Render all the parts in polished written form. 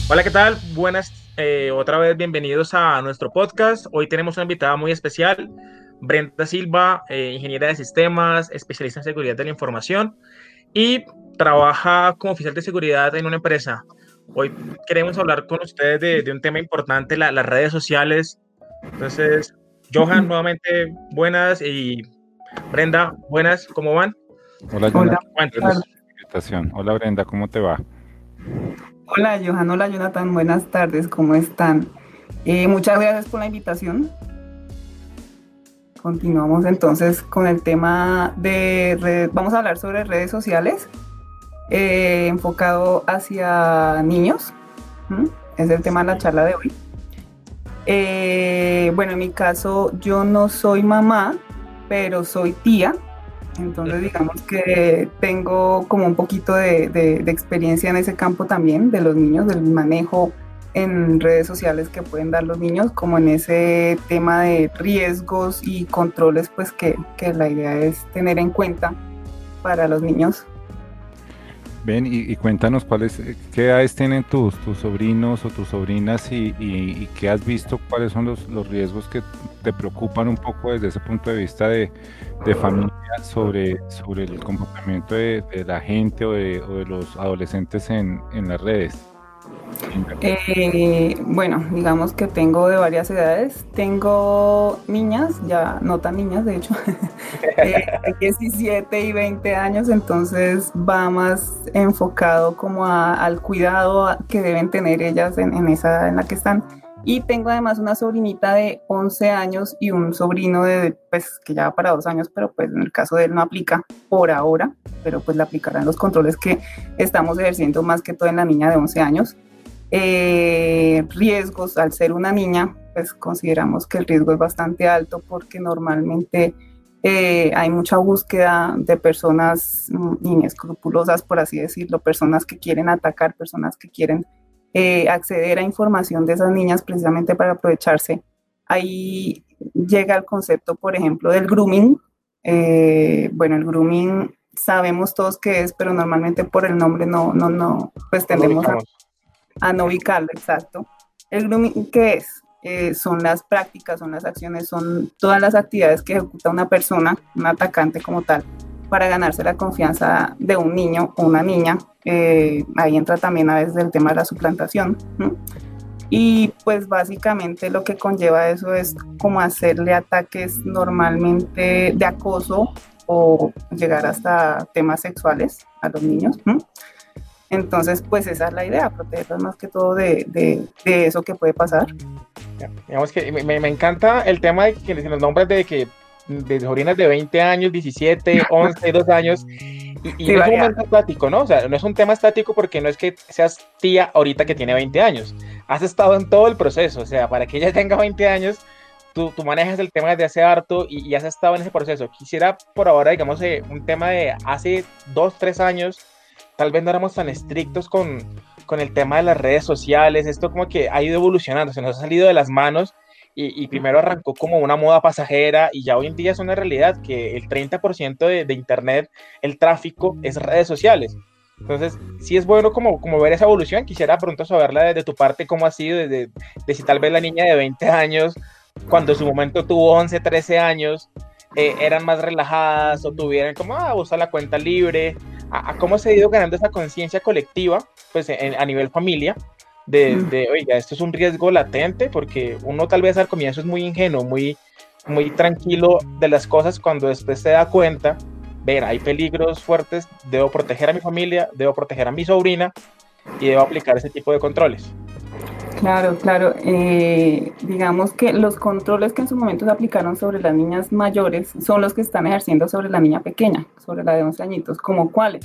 Hola, ¿qué tal? Buenas, otra vez bienvenidos a nuestro podcast. Hoy tenemos una invitada muy especial, Brenda Silva, ingeniera de sistemas, especialista en seguridad de la información y trabaja como oficial de seguridad en una empresa. Hoy queremos hablar con ustedes de un tema importante, las redes sociales. Entonces, Johan, nuevamente buenas y Brenda, buenas, ¿cómo van? Hola Hola, Jonathan, Cuéntanos. gracias por la invitación. Hola Brenda, ¿cómo te va? hola Johan, hola Jonathan, buenas tardes, ¿cómo están? Muchas gracias por la invitación. Continuamos entonces con el tema de redes. Vamos a hablar sobre redes sociales enfocado hacia niños. ¿Mm? Es el tema de la charla de hoy. Bueno, en mi caso yo no soy mamá, pero soy tía. Entonces digamos que tengo como un poquito de experiencia en ese campo también, de los niños, del manejo en redes sociales que pueden dar los niños, como en ese tema de riesgos y controles, pues que la idea es tener en cuenta para los niños. Ven y cuéntanos qué edades tienen tus sobrinos o tus sobrinas y qué has visto, cuáles son los riesgos que te preocupan un poco desde ese punto de vista de familia sobre el comportamiento de la gente o de los adolescentes en las redes. Bueno, digamos que tengo de varias edades. Tengo niñas, ya no tan niñas, de hecho, de 17 y 20 años, entonces va más enfocado como al cuidado que deben tener ellas en esa edad en la que están. Y tengo además una sobrinita de 11 años y un sobrino pues, que ya va para 2 años, pero pues en el caso de él no aplica por ahora, pero pues le aplicarán los controles que estamos ejerciendo más que todo en la niña de 11 años. Riesgos, al ser una niña, pues consideramos que el riesgo es bastante alto porque normalmente hay mucha búsqueda de personas inescrupulosas, por así decirlo, personas que quieren atacar, personas que quieren acceder a información de esas niñas precisamente para aprovecharse. Ahí llega el concepto, por ejemplo, del grooming. Bueno, el grooming sabemos todos qué es, pero normalmente por el nombre no, pues No lo tendemos ubicamos. a no ubicarlo, exacto. El grooming, ¿qué es? Son las prácticas, son las acciones, son todas las actividades que ejecuta una persona, un atacante como tal, para ganarse la confianza de un niño o una niña. Ahí entra también a veces el tema de la suplantación. ¿No? Y pues básicamente lo que conlleva eso es como hacerle ataques normalmente de acoso o llegar hasta temas sexuales a los niños. ¿No? Entonces, pues esa es la idea, protegerlas más que todo de eso que puede pasar. Digamos que me encanta el tema de que los nombres de sobrinas de 20 años, 17, 11, 2 años, y Sí, no es un varía. momento estático, ¿no? O sea, no es un tema estático porque no es que seas tía ahorita que tiene 20 años. Has estado en todo el proceso, o sea, para que ella tenga 20 años, tú manejas el tema desde hace harto y has estado en ese proceso. Quisiera por ahora, digamos, un tema de hace 2, 3 años, tal vez no éramos tan estrictos con el tema de las redes sociales, esto como que ha ido evolucionando, se nos ha salido de las manos y primero arrancó como una moda pasajera y ya hoy en día es una realidad que el 30% de Internet, el tráfico, es redes sociales. Entonces, sí es bueno como ver esa evolución. Quisiera pronto saberla de tu parte, cómo ha sido, de si tal vez la niña de 20 años, cuando en su momento tuvo 11 13 años, eran más relajadas o tuvieran como, usar la cuenta libre, a cómo se ha ido ganando esa conciencia colectiva, pues a nivel familia, oiga, esto es un riesgo latente, porque uno tal vez al comienzo es muy ingenuo, muy tranquilo de las cosas, cuando después se da cuenta, ver, hay peligros fuertes, debo proteger a mi familia, debo proteger a mi sobrina y debo aplicar ese tipo de controles. Claro, claro. Digamos que los controles que en su momento se aplicaron sobre las niñas mayores son los que están ejerciendo sobre la niña pequeña, sobre la de 11 añitos, como cuáles.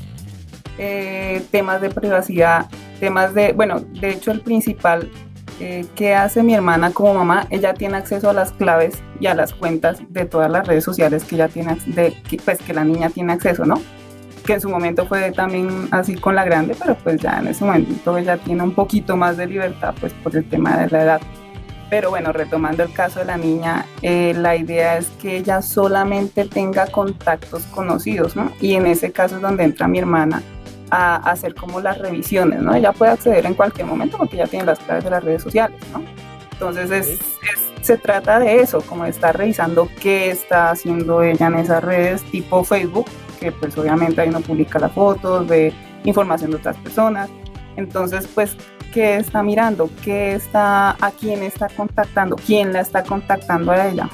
Temas de privacidad, temas de, bueno, de hecho el principal que hace mi hermana como mamá, ella tiene acceso a las claves y a las cuentas de todas las redes sociales que ella tiene, pues que la niña tiene acceso, ¿no? Que en su momento fue también así con la grande, pero pues ya en ese momento ella tiene un poquito más de libertad, pues por el tema de la edad. Pero bueno, retomando el caso de la niña, la idea es que ella solamente tenga contactos conocidos, ¿no? Y en ese caso es donde entra mi hermana a hacer como las revisiones, ¿no? Ella puede acceder en cualquier momento porque ya tiene las claves de las redes sociales, ¿no? Entonces se trata de eso, como de estar revisando qué está haciendo ella en esas redes tipo Facebook, que pues obviamente ahí uno publica las fotos, ve información de otras personas. Entonces, pues, ¿qué está mirando? ¿A quién está contactando? ¿Quién la está contactando a ella?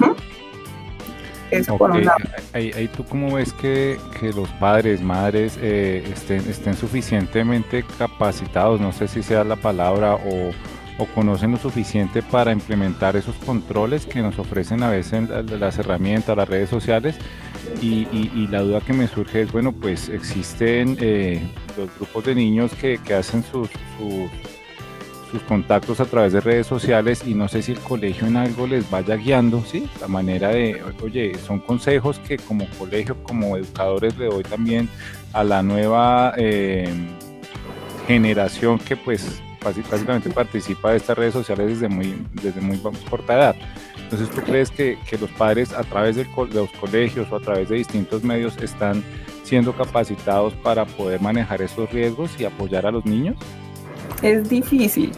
Es por un lado. Ahí tú cómo ves que los padres, madres estén suficientemente capacitados, no sé si sea la palabra, o conocen lo suficiente para implementar esos controles que nos ofrecen a veces las herramientas, las redes sociales. Y la duda que me surge es, bueno, pues existen los grupos de niños que hacen sus contactos a través de redes sociales, y no sé si el colegio en algo les vaya guiando, ¿sí? La manera de, oye, son consejos que como colegio, como educadores le doy también a la nueva generación que pues básicamente participa de estas redes sociales desde muy corta edad. Entonces, ¿tú crees que los padres a través de los colegios o a través de distintos medios están siendo capacitados para poder manejar esos riesgos y apoyar a los niños? Es difícil,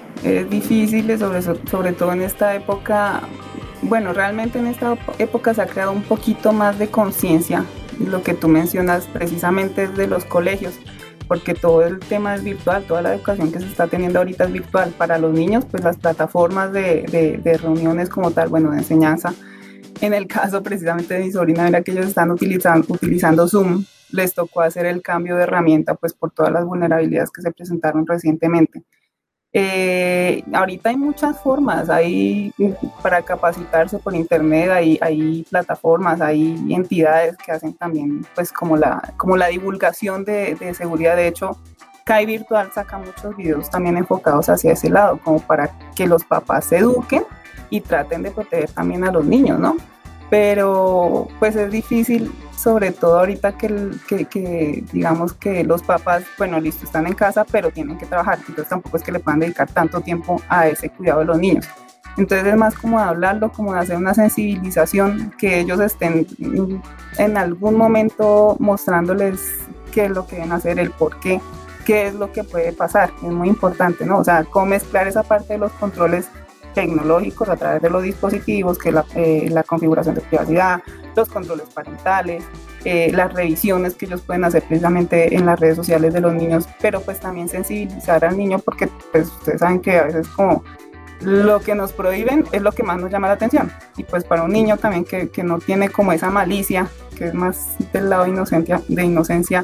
sobre todo en esta época. Bueno, realmente en esta época se ha creado un poquito más de conciencia, lo que tú mencionas precisamente es de los colegios, porque todo el tema es virtual, toda la educación que se está teniendo ahorita es virtual. Para los niños, pues las plataformas de reuniones como tal, bueno, de enseñanza. En el caso precisamente de mi sobrina, mira que ellos están utilizando Zoom, les tocó hacer el cambio de herramienta pues por todas las vulnerabilidades que se presentaron recientemente. Ahorita hay muchas formas, para capacitarse por internet, hay plataformas, hay entidades que hacen también pues como la divulgación de seguridad. De hecho, CAI Virtual saca muchos videos también enfocados hacia ese lado, como para que los papás se eduquen y traten de proteger también a los niños, ¿no? Pero pues es difícil, sobre todo ahorita que digamos que los papás, bueno, listo, están en casa, pero tienen que trabajar, entonces tampoco es que le puedan dedicar tanto tiempo a ese cuidado de los niños. Entonces es más como de hablarlo, como de hacer una sensibilización, que ellos estén en algún momento mostrándoles qué es lo que deben hacer, el por qué es lo que puede pasar, es muy importante, ¿no? O sea, cómo mezclar esa parte de los controles tecnológicos a través de los dispositivos, que la configuración de privacidad, los controles parentales, las revisiones que ellos pueden hacer precisamente en las redes sociales de los niños, pero pues también sensibilizar al niño, porque pues ustedes saben que a veces como lo que nos prohíben es lo que más nos llama la atención, y pues para un niño también que no tiene como esa malicia, que es más del lado de inocencia,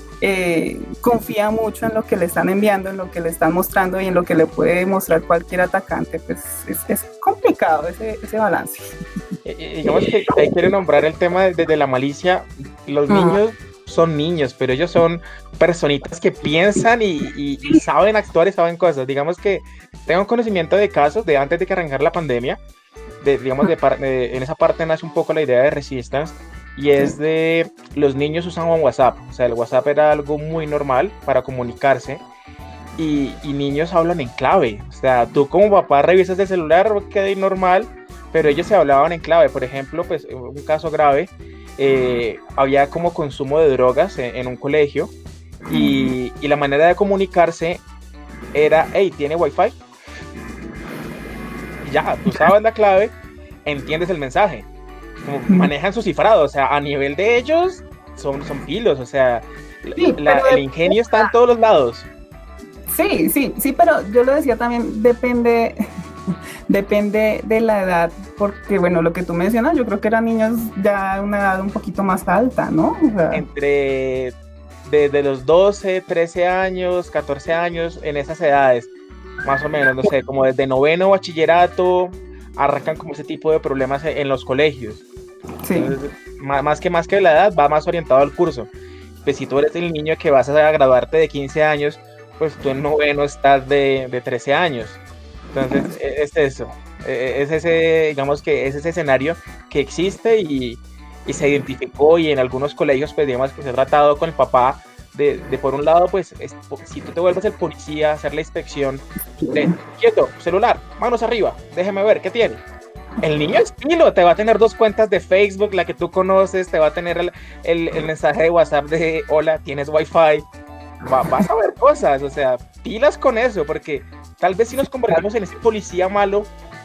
confía mucho en lo que le están enviando, en lo que le están mostrando y en lo que le puede mostrar cualquier atacante, pues es complicado ese balance. Digamos que ahí quiero nombrar el tema de la malicia. Los niños son niños, pero ellos son personitas que piensan y saben actuar y saben cosas. Digamos que tengo un conocimiento de casos de antes de que arrancara la pandemia, en esa parte nace un poco la idea de Resistance, y es de los niños usaban WhatsApp. O sea, el WhatsApp era algo muy normal para comunicarse, y niños hablan en clave. O sea, tú como papá revisas el celular, queda normal, pero ellos se hablaban en clave. Por ejemplo, pues un caso grave, había como consumo de drogas en un colegio, y la manera de comunicarse era, hey, ¿tiene Wi-Fi? Ya, tú sabes la clave, entiendes el mensaje. Como manejan su cifrado, o sea, a nivel de ellos son pilos, o sea, el ingenio está en todos los lados. Sí, pero yo lo decía también, depende de la edad, porque bueno, lo que tú mencionas, yo creo que eran niños ya de una edad un poquito más alta, ¿no? O sea, entre de los 12, 13 años, 14 años, en esas edades, más o menos, no sé, como desde noveno bachillerato, arrancan como ese tipo de problemas en los colegios. Sí. Entonces, más que la edad, va más orientado al curso. Pues si tú eres el niño que vas a graduarte de 15 años, pues tú en noveno estás de 13 años. Entonces, es eso. Es ese, digamos que es ese escenario que existe y se identificó, y en algunos colegios, pues digamos que se ha tratado con el papá de por un lado, pues si tú te vuelves el policía a hacer la inspección, quieto, celular, manos arriba, déjeme ver, ¿qué tiene? El niño es pilo, te va a tener 2 cuentas de Facebook, la que tú conoces, te va a tener el mensaje de WhatsApp de hola, ¿tienes Wi-Fi? vas a ver cosas, o sea, pilas con eso, porque tal vez si nos convertimos en ese policía malo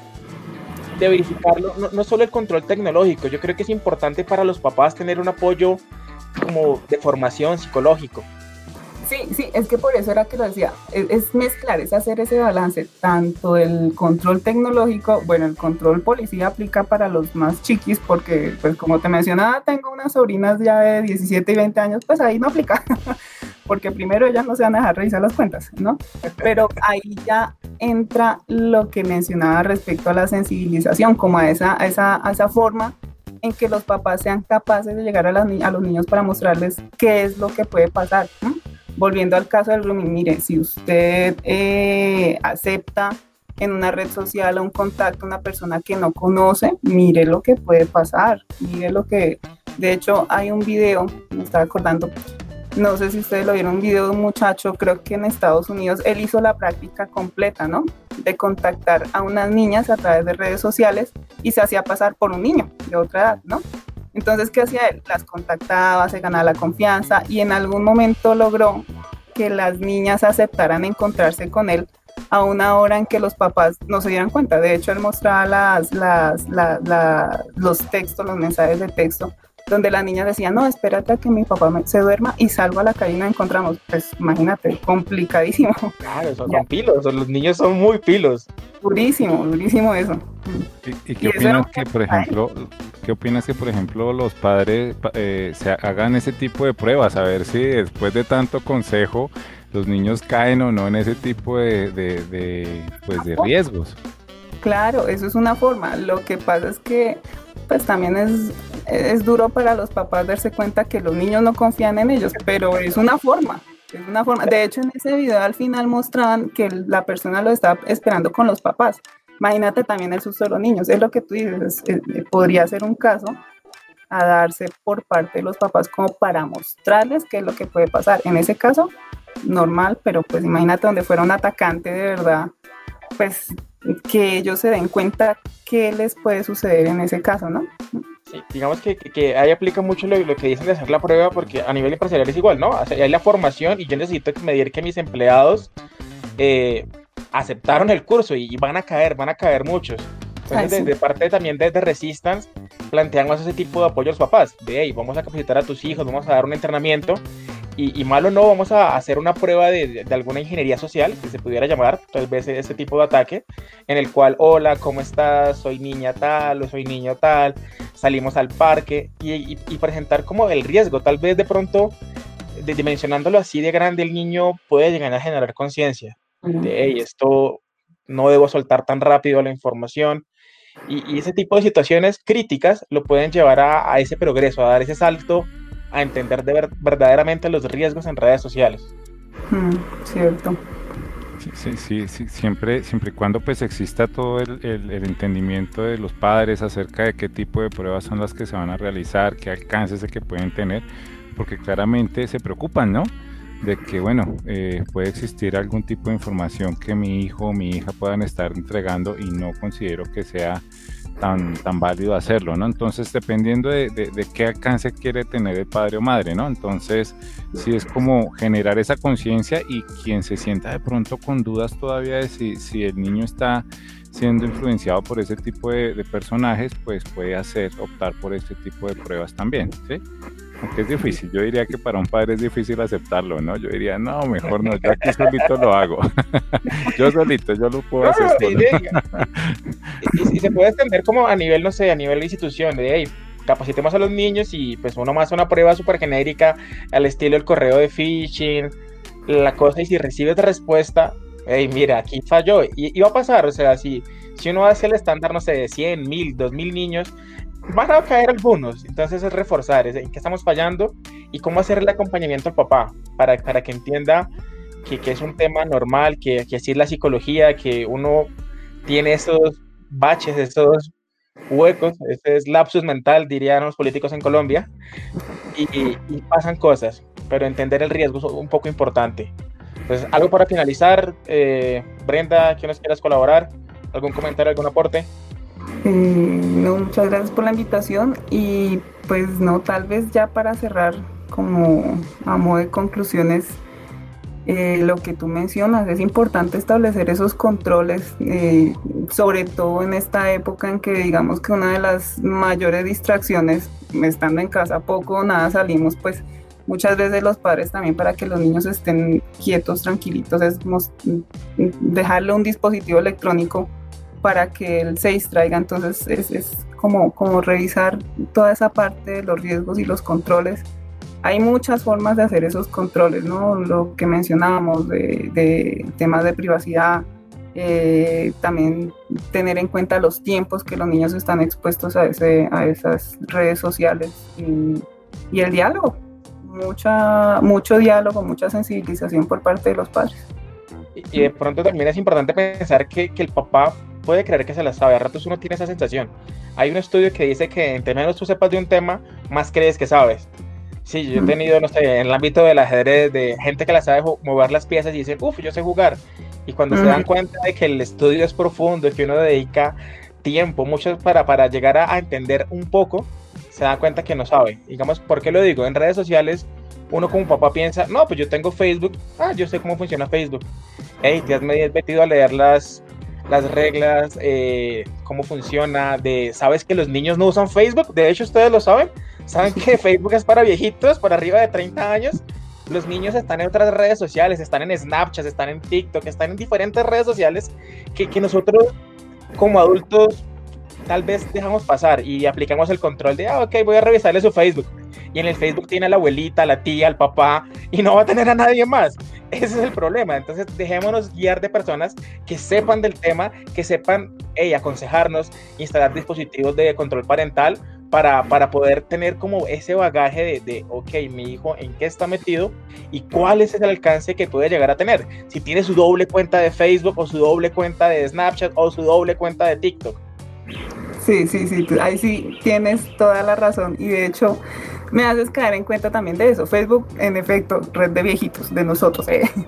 de verificarlo, no solo el control tecnológico, yo creo que es importante para los papás tener un apoyo como de formación psicológico. Sí, es que por eso era que lo decía, es mezclar, es hacer ese balance, tanto el control tecnológico, bueno, el control policía aplica para los más chiquis, porque pues como te mencionaba, tengo unas sobrinas ya de 17 y 20 años, pues ahí no aplica, porque primero ellas no se van a dejar revisar las cuentas, ¿no? Pero ahí ya entra lo que mencionaba respecto a la sensibilización, como a esa forma en que los papás sean capaces de llegar a los niños para mostrarles qué es lo que puede pasar, ¿no? Volviendo al caso del grooming, mire, si usted acepta en una red social a un contacto, una persona que no conoce, mire lo que puede pasar, mire lo que... De hecho, hay un video, me estaba acordando, no sé si ustedes lo vieron, un video de un muchacho, creo que en Estados Unidos, él hizo la práctica completa, ¿no? De contactar a unas niñas a través de redes sociales y se hacía pasar por un niño de otra edad, ¿no? Entonces, ¿qué hacía él? Las contactaba, se ganaba la confianza y en algún momento logró que las niñas aceptaran encontrarse con él a una hora en que los papás no se dieran cuenta. De hecho, él mostraba los textos, los mensajes de texto, donde la niña decía, no, espérate a que mi papá se duerma y salgo a la calle y nos encontramos. Pues imagínate, complicadísimo. Claro, son pilos, los niños son muy pilos. Durísimo eso. ¿Y qué opinas que, por ejemplo, los padres se hagan ese tipo de pruebas? A ver si después de tanto consejo los niños caen o no en ese tipo de riesgos. Claro, eso es una forma. Lo que pasa es que pues también es duro para los papás darse cuenta que los niños no confían en ellos, pero es una forma. De hecho, en ese video al final mostraban que la persona lo estaba esperando con los papás. Imagínate también el susto de los niños. Es lo que tú dices, podría ser un caso a darse por parte de los papás como para mostrarles qué es lo que puede pasar. En ese caso, normal, pero pues imagínate donde fuera un atacante de verdad, pues que ellos se den cuenta qué les puede suceder en ese caso, ¿no? Sí, digamos que ahí aplica mucho lo que dicen de hacer la prueba, porque a nivel empresarial es igual, ¿no? O sea, hay la formación y yo necesito medir que mis empleados aceptaron el curso y van a caer muchos. Entonces, desde parte también de Resistance, planteamos ese tipo de apoyo a los papás, de hey, vamos a capacitar a tus hijos, vamos a dar un entrenamiento, y malo no, vamos a hacer una prueba de alguna ingeniería social, que se pudiera llamar, tal vez ese tipo de ataque, en el cual, hola, ¿cómo estás? Soy niña tal, o soy niño tal, salimos al parque, y presentar como el riesgo, tal vez de pronto, dimensionándolo así de grande, el niño puede llegar a generar conciencia, de hey, esto no debo soltar tan rápido la información, y ese tipo de situaciones críticas lo pueden llevar a ese progreso, a dar ese salto, a entender verdaderamente los riesgos en redes sociales. Cierto. Sí, siempre y cuando pues exista todo el entendimiento de los padres acerca de qué tipo de pruebas son las que se van a realizar, qué alcances de que pueden tener, porque claramente se preocupan, ¿no? De que, bueno, puede existir algún tipo de información que mi hijo o mi hija puedan estar entregando y no considero que sea tan válido hacerlo, ¿no? Entonces, dependiendo de qué alcance quiere tener el padre o madre, ¿no? Entonces, sí es como generar esa conciencia y quien se sienta de pronto con dudas todavía de si el niño está siendo influenciado por ese tipo de personajes, pues puede optar por este tipo de pruebas también, ¿sí? Aunque es difícil, yo diría que para un padre es difícil aceptarlo, ¿no? Yo diría, no, mejor no, yo aquí solito lo hago. Yo lo puedo hacer solo. Y se puede extender como a nivel, no sé, a nivel de institución, de hey, capacitemos a los niños y pues uno más una prueba súper genérica al estilo del correo de phishing, la cosa, y si recibes respuesta, hey, mira, aquí falló, y va a pasar, o sea, si uno hace el estándar, no sé, de 100, 1000, 2000 niños, van a caer algunos, entonces es reforzar, en qué estamos fallando y cómo hacer el acompañamiento al papá para que entienda que es un tema normal, que así es la psicología, que uno tiene esos baches, esos huecos, ese es lapsus mental, dirían los políticos en Colombia, y pasan cosas, pero entender el riesgo es un poco importante. Entonces, algo para finalizar, Brenda, ¿quién nos quieras colaborar? ¿Algún comentario, algún aporte? No, muchas gracias por la invitación y pues no, tal vez ya para cerrar como a modo de conclusiones, Lo que tú mencionas, es importante establecer esos controles, sobre todo en esta época en que digamos que una de las mayores distracciones, estando en casa poco o nada salimos, pues muchas veces los padres también para que los niños estén quietos, tranquilitos, es dejarle un dispositivo electrónico para que él se distraiga. Entonces es como revisar toda esa parte de los riesgos y los controles. Hay muchas formas de hacer esos controles, ¿no? Lo que mencionábamos de temas de privacidad, también tener en cuenta los tiempos que los niños están expuestos a esas redes sociales y el diálogo, mucho diálogo, mucha sensibilización por parte de los padres. Y de pronto también es importante pensar que el papá puede creer que se la sabe, a ratos uno tiene esa sensación. Hay un estudio que dice que entre menos tú sepas de un tema, más crees que sabes. Sí, yo he tenido, no sé, en el ámbito del ajedrez, de gente que la sabe mover las piezas y dicen, uff, yo sé jugar. Y cuando se dan cuenta de que el estudio es profundo y que uno dedica tiempo, mucho para llegar a entender un poco, se dan cuenta que no sabe. Digamos, ¿por qué lo digo? En redes sociales, uno como papá piensa, no, pues yo tengo Facebook, yo sé cómo funciona Facebook. Hey, te has metido a leer las reglas, cómo funciona, ¿sabes que los niños no usan Facebook? De hecho, ustedes lo saben. ¿Saben que Facebook es para viejitos, para arriba de 30 años? Los niños están en otras redes sociales, están en Snapchat, están en TikTok, están en diferentes redes sociales que nosotros como adultos tal vez dejamos pasar y aplicamos el control de, ok, voy a revisarle su Facebook. Y en el Facebook tiene a la abuelita, a la tía, al papá, y no va a tener a nadie más. Ese es el problema. Entonces, dejémonos guiar de personas que sepan del tema, que sepan aconsejarnos, instalar dispositivos de control parental para poder tener como ese bagaje de, ok, mi hijo en qué está metido y cuál es el alcance que puede llegar a tener. Si tiene su doble cuenta de Facebook o su doble cuenta de Snapchat o su doble cuenta de TikTok. Sí, ahí sí tienes toda la razón y de hecho me haces caer en cuenta también de eso. Facebook, en efecto, red de viejitos, de nosotros.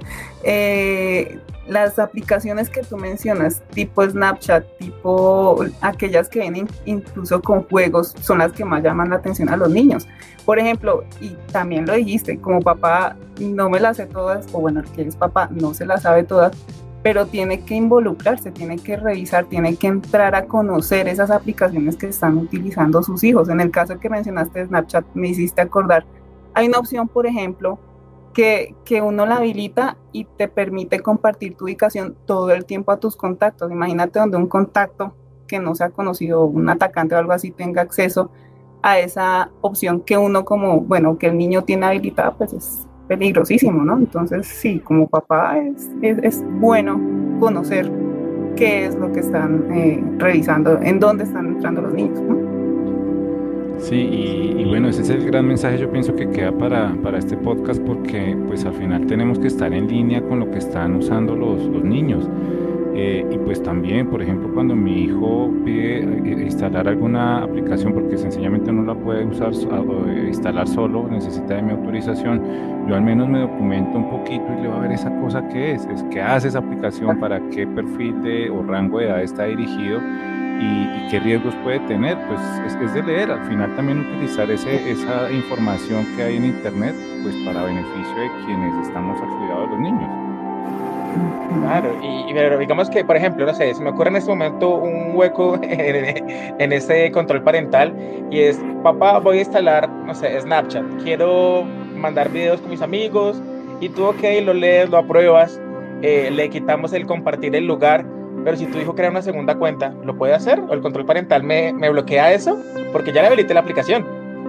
Las aplicaciones que tú mencionas, tipo Snapchat, tipo aquellas que vienen incluso con juegos, son las que más llaman la atención a los niños. Por ejemplo, y también lo dijiste, como papá no me las sé todas, o bueno, el que es papá no se las sabe todas, pero tiene que involucrarse, tiene que revisar, tiene que entrar a conocer esas aplicaciones que están utilizando sus hijos. En el caso que mencionaste Snapchat, me hiciste acordar, hay una opción, por ejemplo, que uno la habilita y te permite compartir tu ubicación todo el tiempo a tus contactos. Imagínate donde un contacto que no se ha conocido, un atacante o algo así, tenga acceso a esa opción que uno que el niño tiene habilitada, pues es peligrosísimo, ¿no? Entonces, sí, como papá es bueno conocer qué es lo que están revisando, en dónde están entrando los niños, ¿no? Sí, y bueno, ese es el gran mensaje, yo pienso que queda para este podcast, porque pues al final tenemos que estar en línea con lo que están usando los niños. Y pues también, por ejemplo, cuando mi hijo pide instalar alguna aplicación, porque sencillamente no la puede usar o instalar solo, necesita de mi autorización, yo al menos me documento un poquito y le voy a ver esa cosa que es qué hace esa aplicación, para qué perfil o rango de edad está dirigido y qué riesgos puede tener. Pues es de leer, al final también utilizar esa información que hay en internet, pues para beneficio de quienes estamos al cuidado de los niños. Claro, pero digamos que, por ejemplo, no sé, se me ocurre en este momento un hueco en ese control parental y es, papá, voy a instalar, no sé, Snapchat, quiero mandar videos con mis amigos y tú, ok, lo lees, lo apruebas, le quitamos el compartir el lugar, pero si tu hijo crea una segunda cuenta, ¿lo puede hacer? ¿O el control parental me bloquea eso? Porque ya le habilité la aplicación.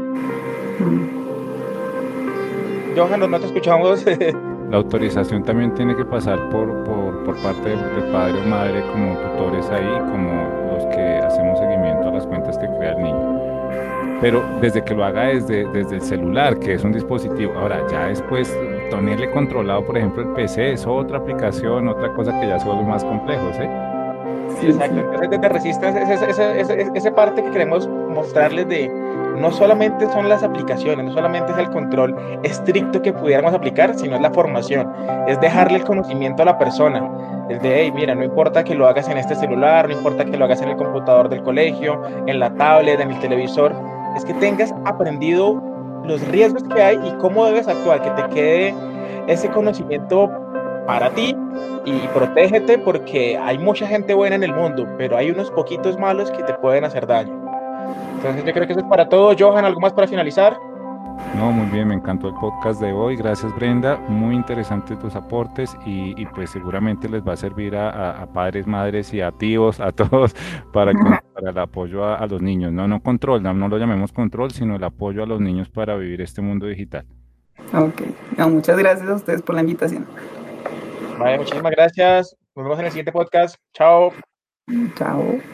Johan, no te escuchamos. La autorización también tiene que pasar por parte del padre o madre, como tutores ahí, como los que hacemos seguimiento a las cuentas que crea el niño. Pero desde que lo haga desde el celular, que es un dispositivo. Ahora, ya después, tenerle controlado, por ejemplo, el PC, es otra aplicación, otra cosa que ya se vuelve más complejo, ¿sí? Sí, exacto. Entonces, desde Resistance, esa parte que queremos mostrarles de no solamente son las aplicaciones, no solamente es el control estricto que pudiéramos aplicar, sino es la formación, es dejarle el conocimiento a la persona, es de, hey, mira, no importa que lo hagas en este celular, no importa que lo hagas en el computador del colegio, en la tablet, en el televisor, es que tengas aprendido los riesgos que hay y cómo debes actuar, que te quede ese conocimiento para ti y protégete porque hay mucha gente buena en el mundo, pero hay unos poquitos malos que te pueden hacer daño. Entonces yo creo que eso es para todo. Johan, ¿algo más para finalizar? No, muy bien, me encantó el podcast de hoy. Gracias, Brenda. Muy interesantes tus aportes y pues seguramente les va a servir a padres, madres y a tíos, a todos, para el apoyo a los niños. No, no control, no, no lo llamemos control, sino el apoyo a los niños para vivir este mundo digital. Ok, no, muchas gracias a ustedes por la invitación. Vale, muchísimas gracias. Nos vemos en el siguiente podcast. Chao. Chao.